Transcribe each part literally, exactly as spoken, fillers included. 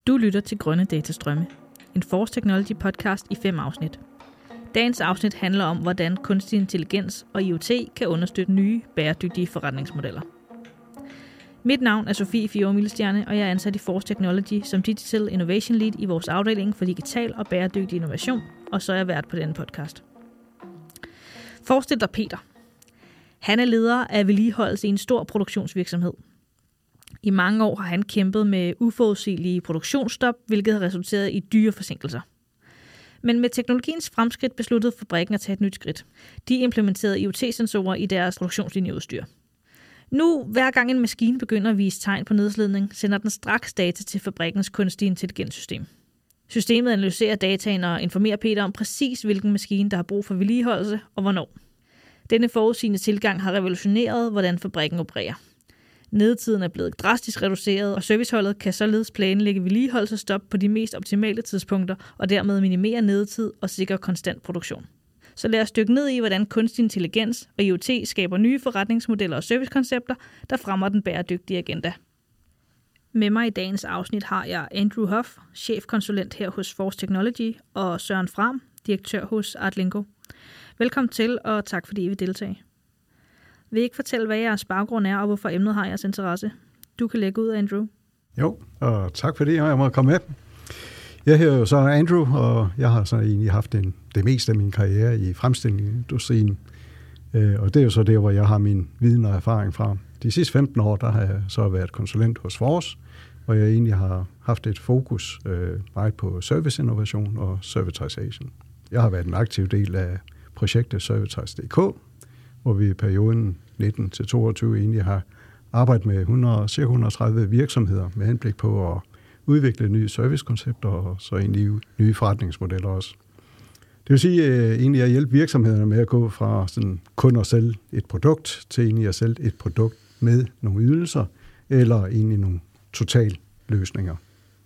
Du lytter til Grønne Datastrømme, en Force Technology podcast i fem afsnit. Dagens afsnit handler om, hvordan kunstig intelligens og I O T kan understøtte nye, bæredygtige forretningsmodeller. Mit navn er Sofie Fiore-Milstjerne, og jeg er ansat i Force Technology som Digital Innovation Lead i vores afdeling for digital og bæredygtig innovation, og så er jeg vært på denne podcast. Forestil dig Peter. Han er leder af vedligeholdelse i en stor produktionsvirksomhed. I mange år har han kæmpet med uforudsigelige produktionsstop, hvilket har resulteret i dyre forsinkelser. Men med teknologiens fremskridt besluttede fabrikken at tage et nyt skridt. De implementerede I O T-sensorer i deres produktionslinjeudstyr. Nu, hver gang en maskine begynder at vise tegn på nedslidning, sender den straks data til fabrikkens kunstige intelligenssystem. Systemet analyserer dataen og informerer Peter om præcis, hvilken maskine, der har brug for vedligeholdelse og hvornår. Denne forudsigende tilgang har revolutioneret, hvordan fabrikken opererer. Nedetiden er blevet drastisk reduceret, og serviceholdet kan således planlægge vedligeholdelsesstop på de mest optimale tidspunkter, og dermed minimere nedetid og sikre konstant produktion. Så lad os dykke ned i, hvordan kunstig intelligens og I O T skaber nye forretningsmodeller og servicekoncepter, der fremmer den bæredygtige agenda. Med mig i dagens afsnit har jeg Andrew Huff, chefkonsulent her hos Force Technology, og Søren Fram, direktør hos Artlinko. Velkommen til, og tak fordi I vil deltage. Vil I ikke fortælle, hvad jeres baggrund er, og hvorfor emnet har jeres interesse? Du kan lægge ud, Andrew. Jo, og tak fordi jeg må komme med. Jeg hedder jo så Andrew, og jeg har så egentlig haft en, det meste af min karriere i fremstillingsindustrien. Og det er jo så der, hvor jeg har min viden og erfaring fra. De sidste femten år, der har jeg så været konsulent hos Force, hvor jeg egentlig har haft et fokus øh, meget på serviceinnovation og servitization. Jeg har været en aktiv del af projektet Servitize punktum d k, hvor vi i perioden nitten til toogtyve egentlig har arbejdet med hundrede, cirka et hundrede og tredive virksomheder med henblik på at udvikle nye servicekoncepter og så egentlig nye forretningsmodeller også. Det vil sige uh, egentlig at hjælpe virksomhederne med at gå fra sådan kun at sælge et produkt til egentlig at sælge et produkt med nogle ydelser eller egentlig nogle total løsninger.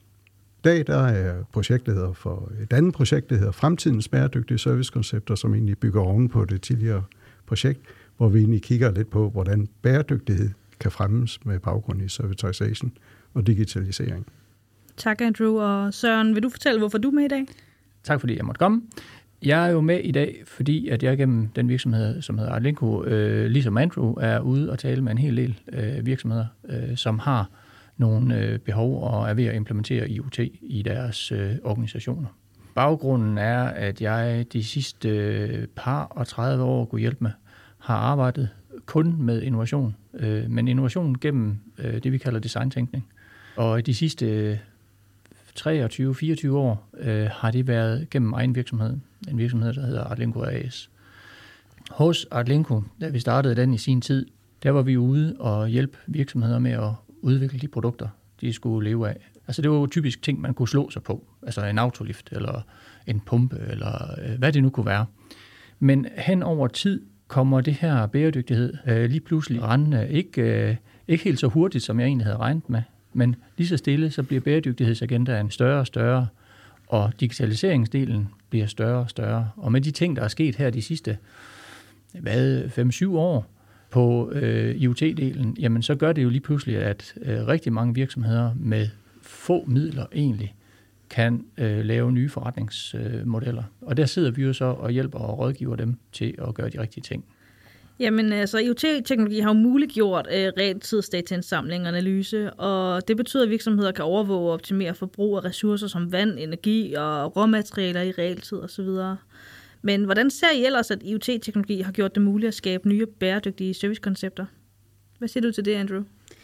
I dag der er projektleder for et andet projekt, der hedder Fremtidens bæredygtige servicekoncepter, som egentlig bygger oven på det tidligere projekt, hvor vi egentlig kigger lidt på, hvordan bæredygtighed kan fremmes med baggrund i servitization og digitalisering. Tak, Andrew. Og Søren, vil du fortælle, hvorfor du er med i dag? Tak, fordi jeg måtte komme. Jeg er jo med i dag, fordi at jeg gennem den virksomhed, som hedder Artlinko, øh, ligesom Andrew, er ude og tale med en hel del øh, virksomheder, øh, som har nogle øh, behov og er ved at implementere I O T i deres øh, organisationer. Baggrunden er, at jeg de sidste øh, par og tredive år kunne hjælpe med, har arbejdet kun med innovation, øh, men innovation gennem øh, det, vi kalder designtænkning. Og de sidste øh, treogtyve til fireogtyve år øh, har det været gennem egen virksomhed, en virksomhed, der hedder Artlinko A S. Hos Artlinko, da vi startede den i sin tid, der var vi ude og hjælpe virksomheder med at udvikle de produkter, de skulle leve af. Altså det var jo typisk ting, man kunne slå sig på. Altså en autolift, eller en pumpe, eller øh, hvad det nu kunne være. Men hen over tid kommer det her bæredygtighed øh, lige pludselig rendende. Ikke, øh, ikke helt så hurtigt, som jeg egentlig havde regnet med. Men lige så stille, så bliver bæredygtighedsagendaen større og større, og digitaliseringsdelen bliver større og større. Og med de ting, der er sket her de sidste fem syv år på øh, I O T-delen, jamen så gør det jo lige pludselig, at øh, rigtig mange virksomheder med få midler egentlig kan øh, lave nye forretningsmodeller. Øh, og der sidder vi jo så og hjælper og rådgiver dem til at gøre de rigtige ting. Jamen altså, I O T-teknologi har jo muliggjort øh, realtidsdataindsamling og analyse, og det betyder, at virksomheder kan overvåge og optimere forbrug af ressourcer som vand, energi og råmaterialer i realtid osv. Men hvordan ser I ellers, at I O T-teknologi har gjort det muligt at skabe nye bæredygtige servicekoncepter? Hvad siger du til det, Andrew?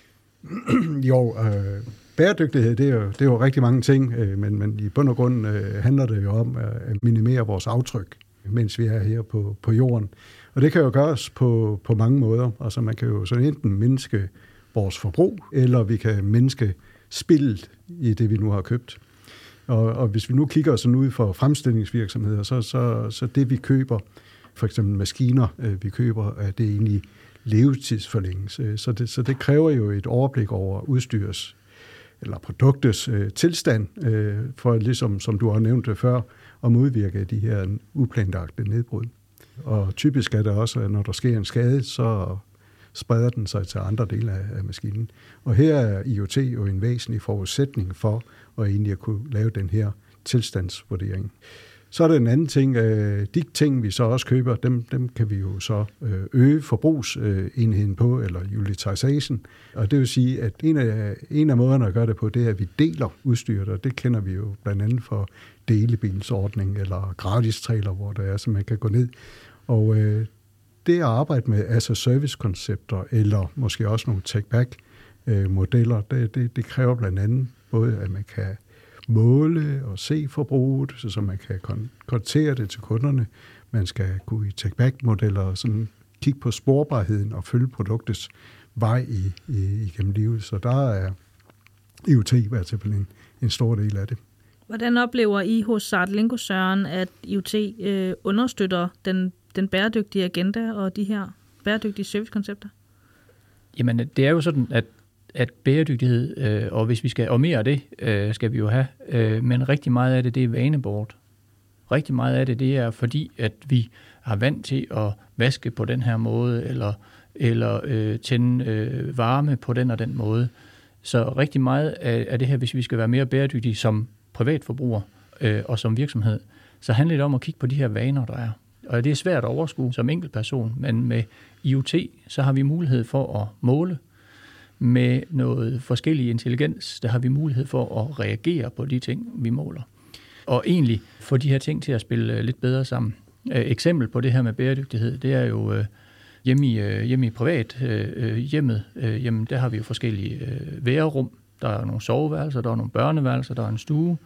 jo, øh, bæredygtighed, det er, jo, det er jo rigtig mange ting, øh, men, men i bund og grund øh, handler det jo om at minimere vores aftryk, mens vi er her på, på jorden. Og det kan jo gøres på, på mange måder. Altså man kan jo så enten mindske vores forbrug, eller vi kan mindske spildet i det, vi nu har købt. Og, og hvis vi nu kigger sådan ud for fremstillingsvirksomheder, så, så, så det vi køber, for eksempel maskiner, øh, vi køber, er det egentlig levetidsforlængelse. Så det, så det kræver jo et overblik over udstyrs eller produktets øh, tilstand, øh, for ligesom, som du har nævnt det før, at modvirke de her uplanlagte nedbrud. Og typisk er det også, at når der sker en skade, så, spreder den sig til andre dele af, af maskinen. Og her er I O T jo en væsentlig forudsætning for at egentlig at kunne lave den her tilstandsvurdering. Så er der en anden ting. De ting, vi så også køber, dem, dem kan vi jo så øge forbrugsenheden på, eller utilization. Og det vil sige, at en af, en af måderne at gøre det på, det er, at vi deler udstyret, og det kender vi jo blandt andet for delebilsordning eller gratis-trailer, hvor der er, så man kan gå ned. Og øh, det at arbejde med as-a-service-koncepter, eller måske også nogle take-back-modeller, det, det, det kræver blandt andet både, at man kan måle og se forbruget, så man kan konvertere det til kunderne. Man skal kunne i take-back-modeller og sådan kigge på sporbarheden og følge produktets vej i, i, igennem livet. Så der er I O T i hvert fald en, en stor del af det. Hvordan oplever I hos Artlinko, Søren, at I O T øh, understøtter den, den bæredygtige agenda og de her bæredygtige servicekoncepter? Jamen, det er jo sådan, at at bæredygtighed, øh, og hvis vi skal, og mere af det, øh, skal vi jo have, øh, men rigtig meget af det, det er vanebort. Rigtig meget af det, det er fordi, at vi har vant til at vaske på den her måde, eller, eller øh, tænde øh, varme på den og den måde. Så rigtig meget af, af det her, hvis vi skal være mere bæredygtige som privatforbruger øh, og som virksomhed, så handler det om at kigge på de her vaner, der er. Og det er svært at overskue som enkeltperson, men med I O T, så har vi mulighed for at måle. Med noget forskellig intelligens, der har vi mulighed for at reagere på de ting, vi måler. Og egentlig få de her ting til at spille lidt bedre sammen. Et eksempel på det her med bæredygtighed, det er jo øh, hjemme, i, øh, hjemme i privat øh, hjemmet. Øh, hjemme, der har vi jo forskellige øh, værerum. Der er nogle soveværelser, der er nogle børneværelser, der er en stue.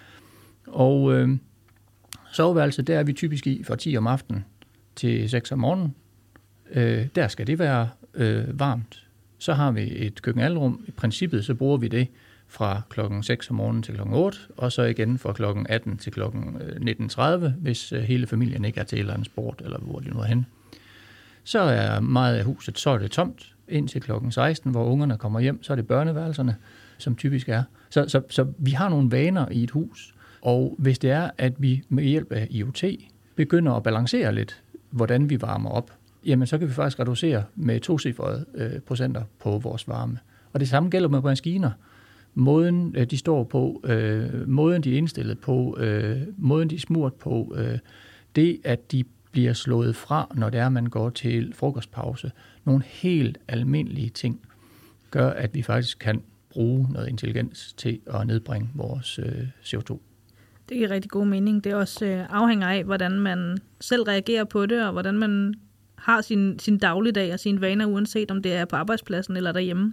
Og øh, soveværelset, der er vi typisk i fra ti om aftenen til seks om morgenen. Øh, der skal det være øh, varmt. Så har vi et køkkenalrum. I princippet så bruger vi det fra klokken seks om morgenen til klokken otte, og så igen fra klokken atten til klokken nitten tredive, hvis hele familien ikke er til et eller andet sport, eller hvor de nu er henne. Så er meget af huset, så er det tomt indtil klokken seksten, hvor ungerne kommer hjem. Så er det børneværelserne, som typisk er. Så, så, så vi har nogle vaner i et hus, og hvis det er, at vi med hjælp af I O T begynder at balancere lidt, hvordan vi varmer op, jamen så kan vi faktisk reducere med tocifrede øh, procenter på vores varme. Og det samme gælder med maskiner. Måden øh, de står på, øh, måden de er indstillet på, øh, måden de er smurt på, øh, det at de bliver slået fra, når det er, man går til frokostpause. Nogle helt almindelige ting gør, at vi faktisk kan bruge noget intelligens til at nedbringe vores øh, C O to. Det giver rigtig god mening. Det også øh, afhænger af, hvordan man selv reagerer på det, og hvordan man har sin, sin dagligdag og sine vaner, uanset om det er på arbejdspladsen eller derhjemme.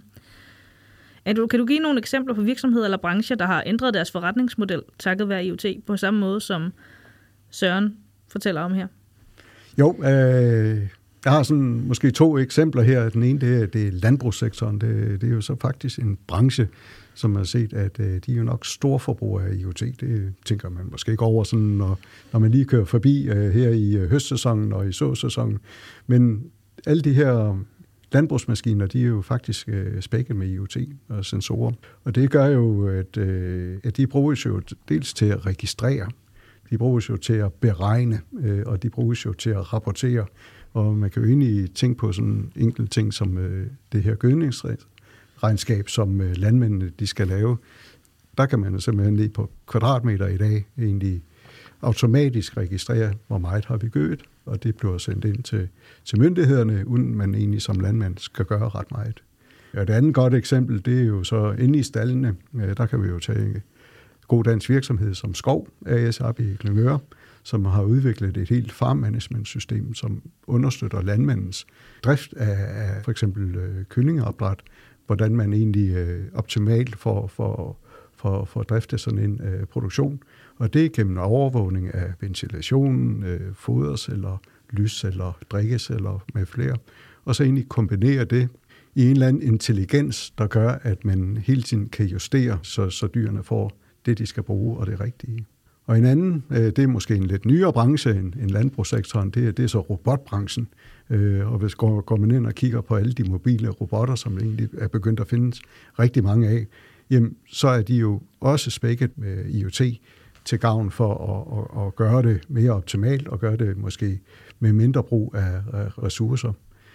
Du, kan du give nogle eksempler på virksomheder eller brancher, der har ændret deres forretningsmodel takket være I O T på samme måde, som Søren fortæller om her? Jo, øh, jeg har sådan måske to eksempler her. Den ene, det er, det er landbrugssektoren. Det, det er jo så faktisk en branche, som har set, at øh, de er jo nok store forbrugere af I O T. Det tænker man måske ikke over, sådan, når, når man lige kører forbi øh, her i øh, høstsæsonen og i såsæsonen. Men alle de her landbrugsmaskiner, de er jo faktisk øh, spækket med I O T og sensorer. Og det gør jo, at, øh, at de bruges jo dels til at registrere, de bruges jo til at beregne, øh, og de bruges jo til at rapportere. Og man kan jo egentlig tænke på sådan en enkelt ting som øh, det her gødningsregnskab, som øh, landmændene de skal lave. Der kan man simpelthen lige på kvadratmeter i dag egentlig automatisk registrere, hvor meget har vi gødet, og det bliver sendt ind til, til myndighederne, uden man egentlig som landmand skal gøre ret meget. Og det andet godt eksempel, det er jo så inde i stallene. Der kan vi jo tage god dansk virksomhed som Skov A S op i Glyngøre, som har udviklet et helt farm-management-system, som understøtter landmandens drift af, af for eksempel øh, kyllingeopdræt, hvordan man egentlig øh, optimalt får for, for, for at drifte sådan en øh, produktion. Og det er gennem overvågning af ventilationen, øh, foderceller, lysceller, drikkeceller med flere. Og så egentlig kombinere det i en eller anden intelligens, der gør, at man hele tiden kan justere, så, så dyrene får det, de skal bruge, og det rigtige. Og en anden, øh, det er måske en lidt nyere branche end, end landbrugssektoren, det er, det er så robotbranchen. Øh, og hvis går, går man ind og kigger på alle de mobile robotter, som egentlig er begyndt at findes rigtig mange af, jamen, så er de jo også spækket med I O T til gavn for at, at, at gøre det mere optimalt og gøre det måske med mindre brug af, af ressourcer.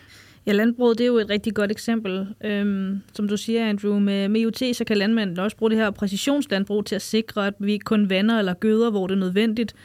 Ja, landbruget, det er jo et rigtig godt eksempel. Øhm, som du siger, Andrew, med, med I O T, så kan landmænd også bruge det her præcisionslandbrug til at sikre, at vi ikke kun vander eller gøder, hvor det er nødvendigt,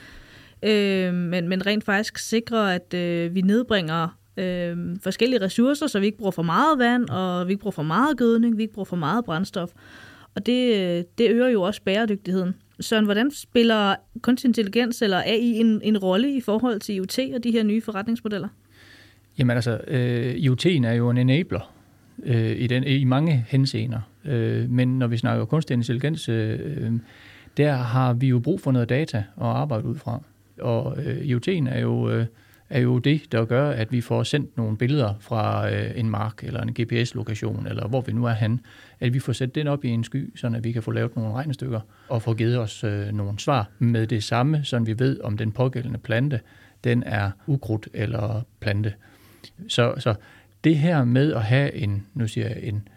øhm, men, men rent faktisk sikre, at øh, vi nedbringer øh, forskellige ressourcer, så vi ikke bruger for meget vand, og vi ikke bruger for meget gødning, vi ikke bruger for meget brændstof. Og det, det øger jo også bæredygtigheden. Søren, hvordan spiller kunstig intelligens eller A I en, en rolle i forhold til I O T og de her nye forretningsmodeller? Jamen altså, øh, I O T'en er jo en enabler øh, i, den, i mange henseender. Øh, men når vi snakker kunstig intelligens, øh, der har vi jo brug for noget data at arbejde ud fra. Og øh, I O T'en er jo, øh, er jo det, der gør, at vi får sendt nogle billeder fra øh, en mark eller en G P S-lokation, eller hvor vi nu er henne, at vi får sat den op i en sky, så vi kan få lavet nogle regnestykker og få givet os øh, nogle svar med det samme, så vi ved, om den pågældende plante, den er ukrudt eller plante. Så, så det her med at have en, nu siger jeg, en,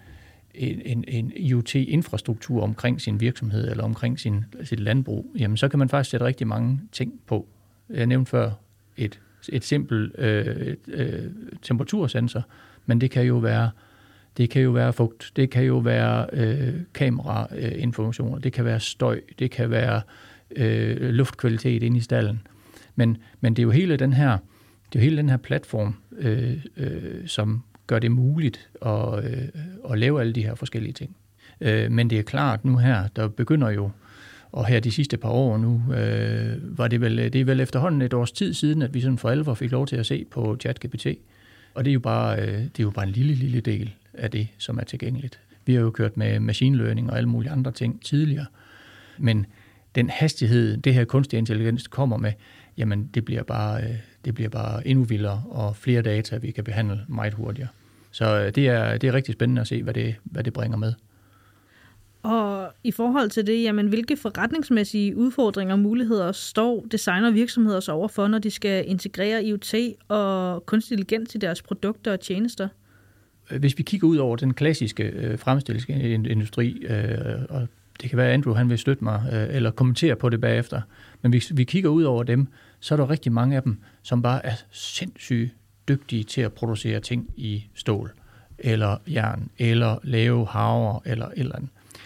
en, en I O T-infrastruktur omkring sin virksomhed eller omkring sin, sit landbrug, jamen så kan man faktisk sætte rigtig mange ting på. Jeg nævnte før et, et simpelt øh, øh, temperatursensor, men det kan jo være det kan jo være fugt, det kan jo være øh, kamerainformationer, det kan være støj, det kan være øh, luftkvalitet inde i stallen. Men, men det er jo hele den her Det er jo hele den her platform, øh, øh, som gør det muligt at, øh, at lave alle de her forskellige ting. Øh, men det er klart nu her, der begynder jo, og her de sidste par år nu, øh, var det vel, det er vel efterhånden et års tid siden, at vi sådan for alvor fik lov til at se på ChatGPT. Og det er jo bare, øh, det er jo bare en lille, lille del af det, som er tilgængeligt. Vi har jo kørt med machine learning og alle mulige andre ting tidligere. Men den hastighed, det her kunstig intelligens kommer med, jamen det bliver bare... Øh, Det bliver bare endnu vildere, og flere data, vi kan behandle meget hurtigere. Så det er, det er rigtig spændende at se, hvad det, hvad det bringer med. Og i forhold til det, jamen, hvilke forretningsmæssige udfordringer og muligheder står designer virksomheder så overfor, når de skal integrere I O T og kunstig intelligens i deres produkter og tjenester? Hvis vi kigger ud over den klassiske øh, fremstillingsindustri, øh, og det kan være, at Andrew han vil støtte mig øh, eller kommentere på det bagefter, men hvis vi kigger ud over dem, så er der rigtig mange af dem, som bare er sindssygt dygtige til at producere ting i stål, eller jern, eller lave harver, eller et eller andet.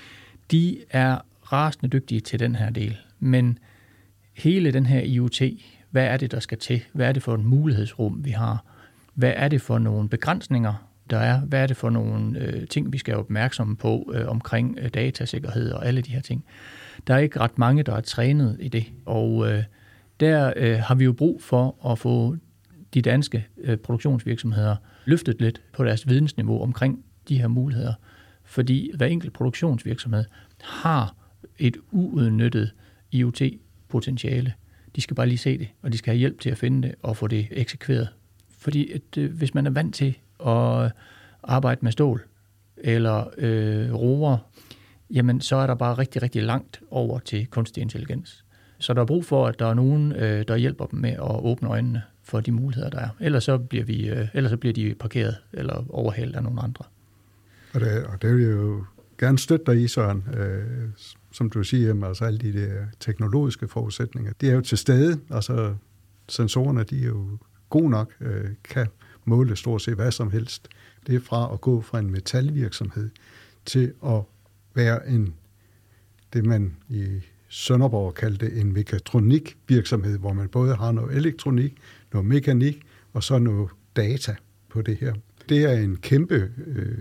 De er rasende dygtige til den her del, men hele den her I O T, hvad er det, der skal til? Hvad er det for et mulighedsrum, vi har? Hvad er det for nogle begrænsninger, der er? Hvad er det for nogle øh, ting, vi skal være opmærksomme på øh, omkring øh, datasikkerhed og alle de her ting? Der er ikke ret mange, der er trænet i det, og øh, der øh, har vi jo brug for at få de danske øh, produktionsvirksomheder løftet lidt på deres vidensniveau omkring de her muligheder. Fordi hver enkelt produktionsvirksomhed har et uudnyttet I O T-potentiale. De skal bare lige se det, og de skal have hjælp til at finde det og få det eksekveret. Fordi at, øh, hvis man er vant til at arbejde med stål eller øh, roer, jamen så er der bare rigtig, rigtig langt over til kunstig intelligens. Så der er brug for, at der er nogen, øh, der hjælper dem med at åbne øjnene for de muligheder, der er. Ellers så bliver, vi, øh, ellers så bliver de parkeret eller overhældt af nogle andre. Og det, og det vil jeg jo gerne støtte dig i, Søren. Øh, som du siger, jamen, altså alle de der teknologiske forudsætninger, de er jo til stede. Altså sensorerne, de er jo gode nok, øh, kan måle stort set hvad som helst. Det er fra at gå fra en metalvirksomhed til at være en, det man i Sønderborg kaldte en mekatronikvirksomhed, hvor man både har noget elektronik, noget mekanik og så noget data på det her. Det er en kæmpe øh,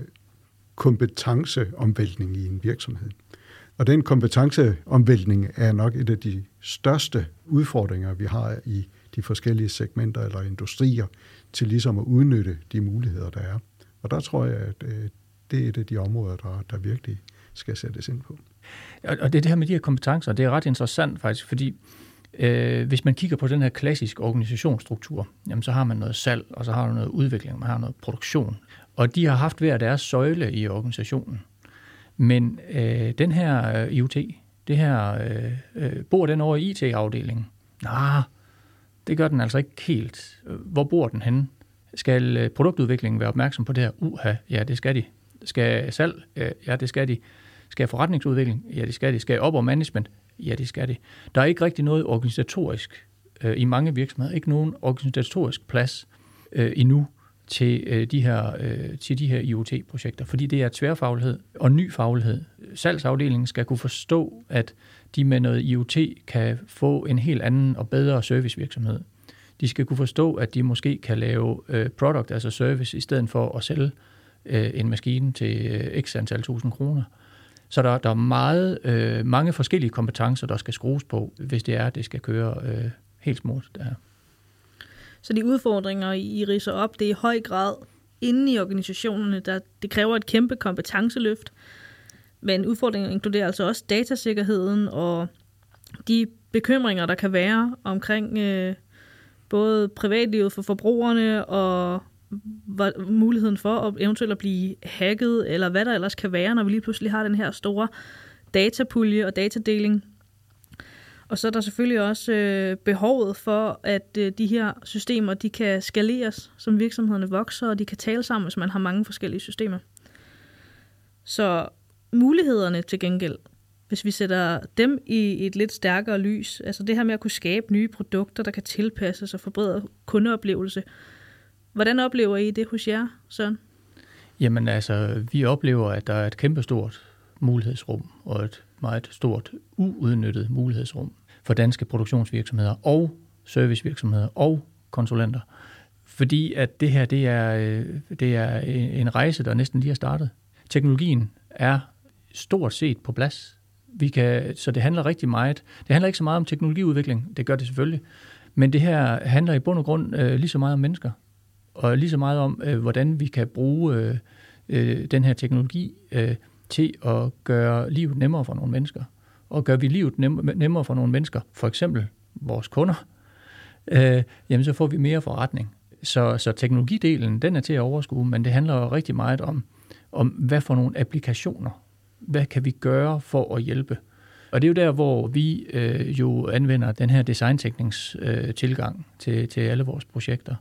kompetenceomvæltning i en virksomhed. Og den kompetenceomvæltning er nok et af de største udfordringer, vi har i de forskellige segmenter eller industrier, til ligesom at udnytte de muligheder, der er. Og der tror jeg, at øh, det er et af de områder, der, der virkelig skal sættes ind på. Og det, det her med de her kompetencer, det er ret interessant faktisk, fordi øh, hvis man kigger på den her klassiske organisationsstruktur, jamen så har man noget salg, og så har man noget udvikling, man har noget produktion. Og de har haft hver deres søjle i organisationen. Men øh, den her øh, I O T, det her, øh, øh, bor den over i I T-afdelingen? Nej, det gør den altså ikke helt. Hvor bor den henne? Skal øh, produktudviklingen være opmærksom på det her? Uha, ja, det skal de. Skal salg? Øh, ja, det skal de. Skal forretningsudvikling? Ja, det skal de. Skal op- og management? Ja, det skal de. Der er ikke rigtig noget organisatorisk øh, i mange virksomheder. Ikke nogen organisatorisk plads øh, endnu til, øh, de her, øh, til de her I O T-projekter, fordi det er tværfaglighed og ny faglighed. Salgsafdelingen skal kunne forstå, at de med noget I O T kan få en helt anden og bedre servicevirksomhed. De skal kunne forstå, at de måske kan lave øh, product, altså service, i stedet for at sælge øh, en maskine til øh, x antal tusind kroner. Så der, der er meget, øh, mange forskellige kompetencer, der skal skrues på, hvis det er, at det skal køre øh, helt smurt der. Så de udfordringer, I ridser op, det er i høj grad inde i organisationerne, der det kræver et kæmpe kompetenceløft. Men udfordringen inkluderer altså også datasikkerheden og de bekymringer, der kan være omkring øh, både privatlivet for forbrugerne og muligheden for at eventuelt at blive hacket, eller hvad der ellers kan være, når vi lige pludselig har den her store datapulje og datadeling. Og så er der selvfølgelig også øh, behovet for, at øh, de her systemer, de kan skaleres, som virksomhederne vokser, og de kan tale sammen, hvis man har mange forskellige systemer. Så mulighederne til gengæld, hvis vi sætter dem i et lidt stærkere lys, altså det her med at kunne skabe nye produkter, der kan tilpasses og forbedre kundeoplevelse. Hvordan oplever I det hos jer, Søren? Jamen altså, vi oplever, at der er et kæmpestort mulighedsrum og et meget stort uudnyttet mulighedsrum for danske produktionsvirksomheder og servicevirksomheder og konsulenter. Fordi at det her, det er, det er en rejse, der næsten lige er startet. Teknologien er stort set på plads. Vi kan, så det handler rigtig meget. Det handler ikke så meget om teknologiudvikling, det gør det selvfølgelig, men det her handler i bund og grund øh, lige så meget om mennesker, og lige så meget om, øh, hvordan vi kan bruge øh, øh, den her teknologi øh, til at gøre livet nemmere for nogle mennesker. Og gør vi livet nem- nemmere for nogle mennesker, for eksempel vores kunder, øh, jamen så får vi mere forretning. Så, så teknologidelen, den er til at overskue, men det handler rigtig meget om, om hvad for nogle applikationer, hvad kan vi gøre for at hjælpe. Og det er jo der, hvor vi øh, jo anvender den her designtænknings øh, tilgang til, til alle vores projekter,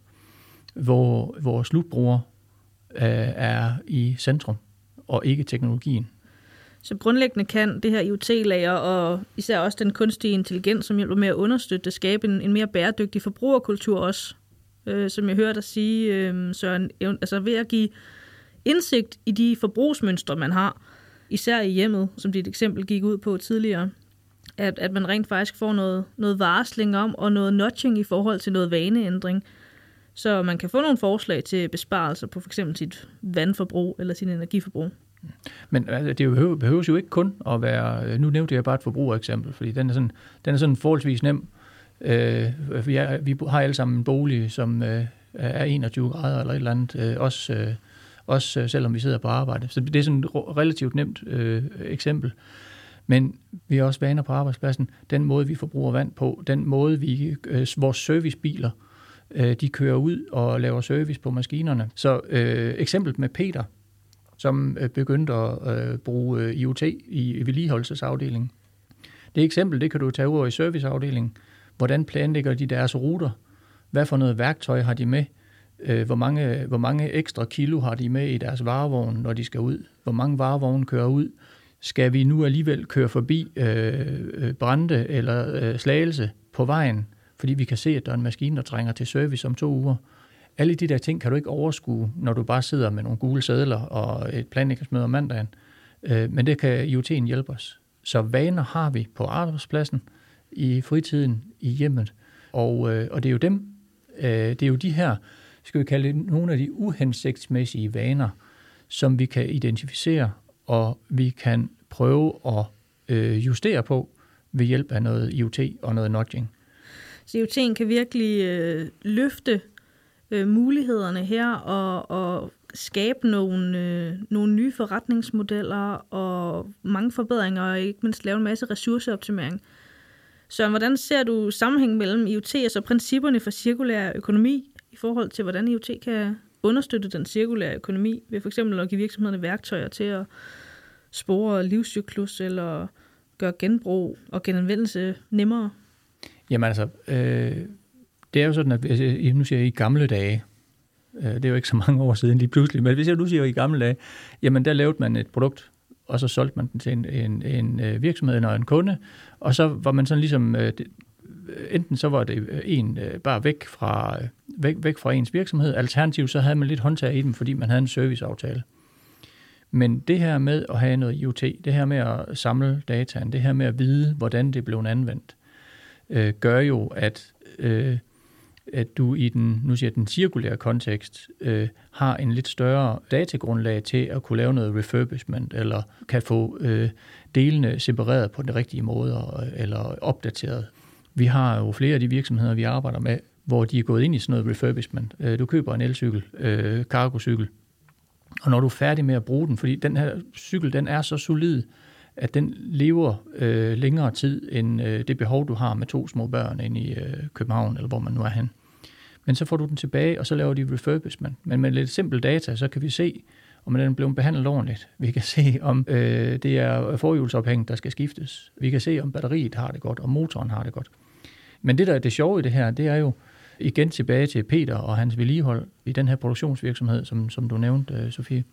hvor vores slutbrugere øh, er i centrum, og ikke teknologien. Så grundlæggende kan det her I O T-lager, og især også den kunstige intelligens, som hjælper med at understøtte det, skabe en, en mere bæredygtig forbrugerkultur også, øh, som jeg hørte dig sige, øh, Søren, altså ved at give indsigt i de forbrugsmønstre, man har, især i hjemmet, som dit eksempel gik ud på tidligere, at, at man rent faktisk får noget, noget varsling om, og noget nudging i forhold til noget vaneændring, så man kan få nogle forslag til besparelser på f.eks. sit vandforbrug eller sin energiforbrug. Men altså, det behøver, behøves jo ikke kun at være, nu nævnte jeg bare et forbrugereksempel, fordi den er sådan, den er sådan forholdsvis nem. Øh, vi, er, vi har alle sammen en bolig, som øh, er enogtyve grader eller et eller andet, øh, også, øh, også øh, selvom vi sidder på arbejde. Så det er sådan et relativt nemt øh, eksempel. Men vi har også vaner på arbejdspladsen. Den måde, vi forbruger vand på, den måde, vi, øh, vores servicebiler, øh, de kører ud og laver service på maskinerne. Så øh, eksemplet med Peter, som øh, begyndte at øh, bruge øh, I O T i vedligeholdelsesafdelingen. Det eksempel, det kan du tage over i serviceafdelingen. Hvordan planlægger de deres ruter? Hvad for noget værktøj har de med? Øh, hvor, mange, hvor mange ekstra kilo har de med i deres varevogn, når de skal ud? Hvor mange varevogne kører ud? Skal vi nu alligevel køre forbi øh, Brande eller øh, Slagelse på vejen, fordi vi kan se, at der er en maskine, der trænger til service om to uger? Alle de der ting kan du ikke overskue, når du bare sidder med nogle gule sedler og et planlægningsmøde om mandagen. Øh, men det kan I O T'en hjælpe os. Så vaner har vi på arbejdspladsen, i fritiden, i hjemmet. Og, øh, og det er jo dem, øh, det er jo de her, skal vi kalde det, nogle af de uhensigtsmæssige vaner, som vi kan identificere, og vi kan prøve at øh, justere på ved hjælp af noget I O T og noget nudging. Så I O T'en kan virkelig øh, løfte øh, mulighederne her og, og skabe nogle, øh, nogle nye forretningsmodeller og mange forbedringer, og ikke mindst lave en masse ressourceoptimering. Så hvordan ser du sammenhængen mellem I O T og så principperne for cirkulær økonomi i forhold til, hvordan I O T kan understøtte den cirkulære økonomi ved for eksempel at give virksomhederne værktøjer til at spore livscyklus eller gøre genbrug og genanvendelse nemmere? Jamen altså, øh, det er jo sådan, at nu siger jeg i gamle dage, øh, det er jo ikke så mange år siden lige pludselig, men hvis jeg nu siger i gamle dage, jamen der lavede man et produkt, og så solgte man den til en, en, en virksomhed eller en kunde, og så var man sådan ligesom, øh, det, enten så var det en øh, bare væk fra, væk, væk fra ens virksomhed. Alternativt så havde man lidt håndtag i dem, fordi man havde en serviceaftale. Men det her med at have noget I O T, det her med at samle dataen, det her med at vide, hvordan det blev anvendt, øh, gør jo, at, øh, at du i den, nu siger jeg, den cirkulære kontekst øh, har en lidt større datagrundlag til at kunne lave noget refurbishment, eller kan få øh, delene separeret på den rigtige måde, eller opdateret. Vi har jo flere af de virksomheder, vi arbejder med, hvor de er gået ind i sådan noget refurbishment. Du køber en elcykel, øh, cargocykel, og når du er færdig med at bruge den, fordi den her cykel, den er så solid, at den lever øh, længere tid end øh, det behov, du har med to små børn inde i øh, København, eller hvor man nu er hen. Men så får du den tilbage, og så laver de refurbishment. Men med lidt simpel data, så kan vi se, om den er blevet behandlet ordentligt. Vi kan se, om øh, det er forhjulsophæng, der skal skiftes. Vi kan se, om batteriet har det godt, og motoren har det godt. Men det, der er det sjove i det her, det er jo igen tilbage til Peter og hans vedligehold i den her produktionsvirksomhed, som, som du nævnte, Sofie.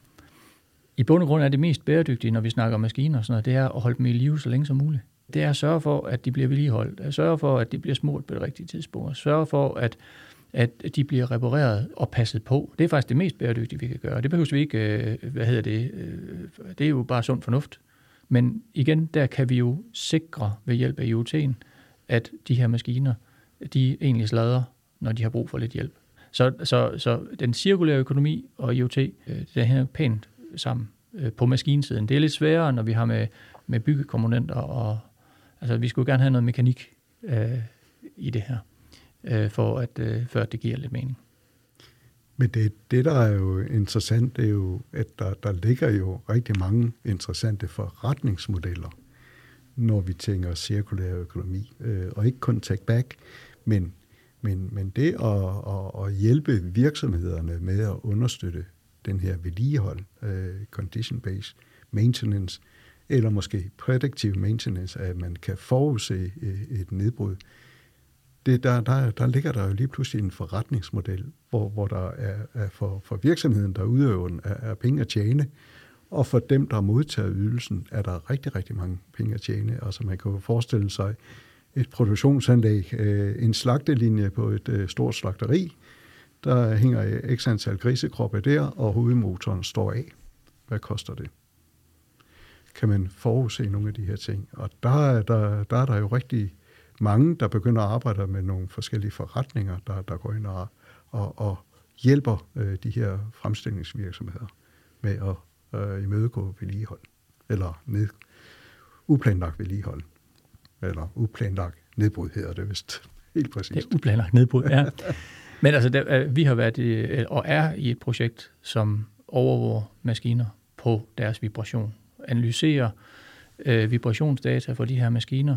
I bund og grund er det mest bæredygtige, når vi snakker om maskiner og sådan noget, det er at holde dem i live så længe som muligt. Det er at sørge for, at de bliver vedligeholdt, at sørge for, at de bliver smurt på det rigtige tidspunkt, at sørge for, at, at de bliver repareret og passet på. Det er faktisk det mest bæredygtige, vi kan gøre. Det behøver vi ikke, hvad hedder det, det er jo bare sund fornuft. Men igen, der kan vi jo sikre ved hjælp af I O T'en, at de her maskiner, de egentlig slader, når de har brug for lidt hjælp. Så, så, så den cirkulære økonomi og I O T, det hænger pænt sammen på maskinsiden. Det er lidt sværere, når vi har med, med byggekomponenter, og altså, vi skulle gerne have noget mekanik øh, i det her, øh, for at, øh, før det giver lidt mening. Men det, det, der er jo interessant, det er jo, at der, der ligger jo rigtig mange interessante forretningsmodeller, når vi tænker cirkulær økonomi. Øh, og ikke kun take back, men, men, men det at, at, at hjælpe virksomhederne med at understøtte den her vedligehold, øh, condition-based maintenance, eller måske predictive maintenance, at man kan forudse et nedbrud. Det, der, der, der ligger der jo lige pludselig en forretningsmodel, hvor, hvor der er, er for, for virksomheden, der udøver den, er, er penge at tjene, og for dem, der modtager ydelsen, er der rigtig, rigtig mange penge at tjene. Altså man kan jo forestille sig et produktionsanlæg, øh, en slagtelinje på et øh, stort slagteri, der hænger x antal grisekroppe der, og hovedmotoren står af. Hvad koster det? Kan man forudse nogle af de her ting? Og der er der, der, er der jo rigtig mange, der begynder at arbejde med nogle forskellige forretninger, der, der går ind og, og, og hjælper øh, de her fremstillingsvirksomheder med at øh, imødegå vedligehold, eller ned, uplanlagt vedligehold, eller uplanlagt nedbrud hedder det vist helt præcist. Det er uplanlagt nedbrud, ja. Men altså, der, vi har været i, og er i et projekt, som overvåger maskiner på deres vibration, analyserer øh, vibrationsdata for de her maskiner,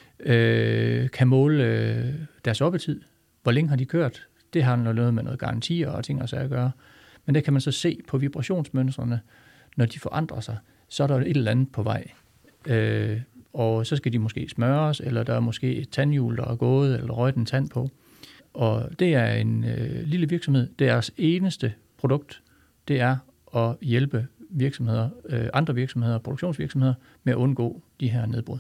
øh, kan måle øh, deres oppetid, hvor længe har de kørt. Det har noget med noget garantier og ting og sager at gøre. Men det kan man så se på vibrationsmønstrene, når de forandrer sig, så er der et eller andet på vej. Øh, og så skal de måske smøres, eller der er måske et tandhjul, der er gået, eller røget en tand på. Og det er en øh, lille virksomhed. Deres eneste produkt, det er at hjælpe virksomheder, øh, andre virksomheder, produktionsvirksomheder, med at undgå de her nedbrud.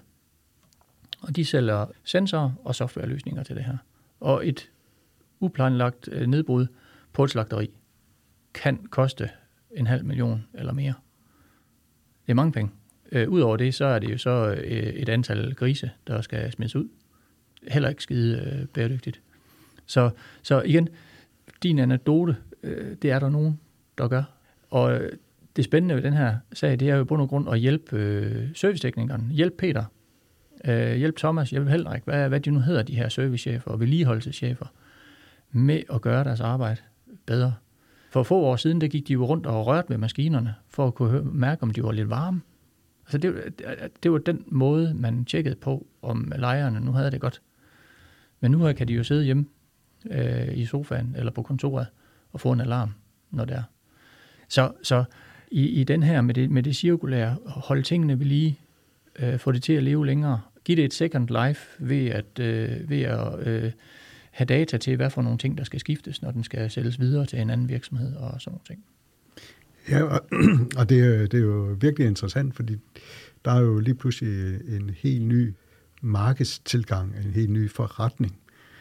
Og de sælger sensorer og softwareløsninger til det her. Og et uplanlagt øh, nedbrud på et slagteri kan koste en halv million eller mere. Det er mange penge. Øh, Udover det, så er det jo så øh, et antal grise, der skal smides ud. Heller ikke skide øh, bæredygtigt. Så, så igen, din anekdote, øh, det er der nogen, der gør. Og det spændende ved den her sag, det er jo på bund og grund at hjælpe øh, serviceteknikeren. Hjælp Peter, øh, hjælp Thomas, hjælp Henrik, hvad, hvad de nu hedder, de her servicechefer og vedligeholdelseschefer, med at gøre deres arbejde bedre. For få år siden, der gik de jo rundt og rørte ved maskinerne, for at kunne høre, mærke, om de var lidt varme. Altså det, det var den måde, man tjekkede på, om lejerne nu havde det godt. Men nu kan de jo sidde hjemme øh, i sofaen eller på kontoret og få en alarm, når det er. Så, så i, i den her med det, med det cirkulære, holde tingene ved lige, øh, få det til at leve længere, give det et second life ved at, øh, ved at øh, have data til, hvad for nogle ting, der skal skiftes, når den skal sælges videre til en anden virksomhed og sådan nogle ting. Ja, og, og det, er, det er jo virkelig interessant, fordi der er jo lige pludselig en helt ny markedstilgang, en helt ny forretning,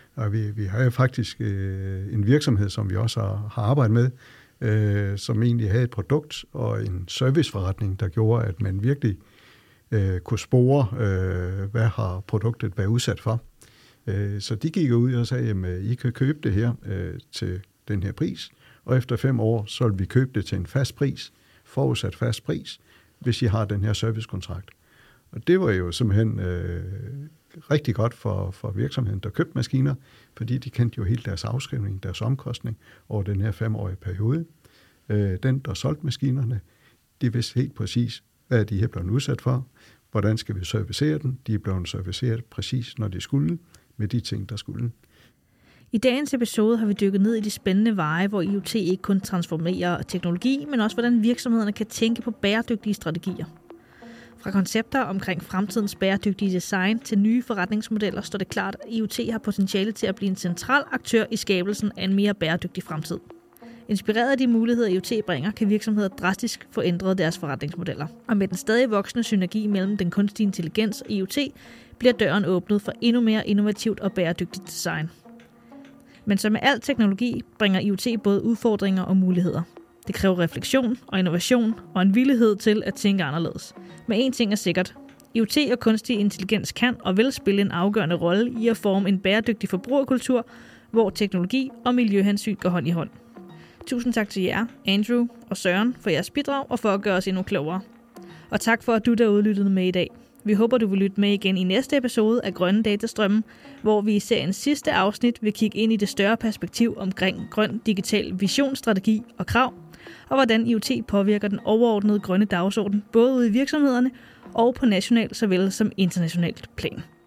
Og vi, vi har jo faktisk øh, en virksomhed, som vi også har, har arbejdet med, øh, som egentlig havde et produkt og en serviceforretning, der gjorde, at man virkelig øh, kunne spore, øh, hvad har produktet været udsat for. Øh, så de gik ud og sagde, at I kan købe det her øh, til den her pris, og efter fem år, så vil vi købe det til en fast pris, forudsat fast pris, hvis I har den her servicekontrakt. Og det var jo simpelthen øh, rigtig godt for, for virksomheden, der købte maskiner, fordi de kendte jo hele deres afskrivning, deres omkostning over den her femårige periode. Øh, den, der solgte maskinerne, de vidste helt præcis, hvad de her blevet udsat for, hvordan skal vi servicere den. De er blevet serviceret præcis, når de skulle, med de ting, der skulle. I dagens episode har vi dykket ned i de spændende veje, hvor I O T ikke kun transformerer teknologi, men også hvordan virksomhederne kan tænke på bæredygtige strategier. Fra koncepter omkring fremtidens bæredygtige design til nye forretningsmodeller står det klart, at I O T har potentiale til at blive en central aktør i skabelsen af en mere bæredygtig fremtid. Inspireret af de muligheder, I O T bringer, kan virksomheder drastisk få ændret deres forretningsmodeller. Og med den stadig voksende synergi mellem den kunstige intelligens og I O T, bliver døren åbnet for endnu mere innovativt og bæredygtigt design. Men som med al teknologi bringer I O T både udfordringer og muligheder. Det kræver refleksion og innovation og en villighed til at tænke anderledes. Men én ting er sikkert. I O T og kunstig intelligens kan og vil spille en afgørende rolle i at forme en bæredygtig forbrugerkultur, hvor teknologi og miljøhensyn går hånd i hånd. Tusind tak til jer, Andrew og Søren, for jeres bidrag og for at gøre os endnu klogere. Og tak for, at du derude lyttede med i dag. Vi håber, du vil lytte med igen i næste episode af Grønne Datastrømme, hvor vi i seriens sidste afsnit vil kigge ind i det større perspektiv omkring grøn digital visionsstrategi og krav, og hvordan I O T påvirker den overordnede grønne dagsorden, både ude i virksomhederne og på national såvel som internationalt plan.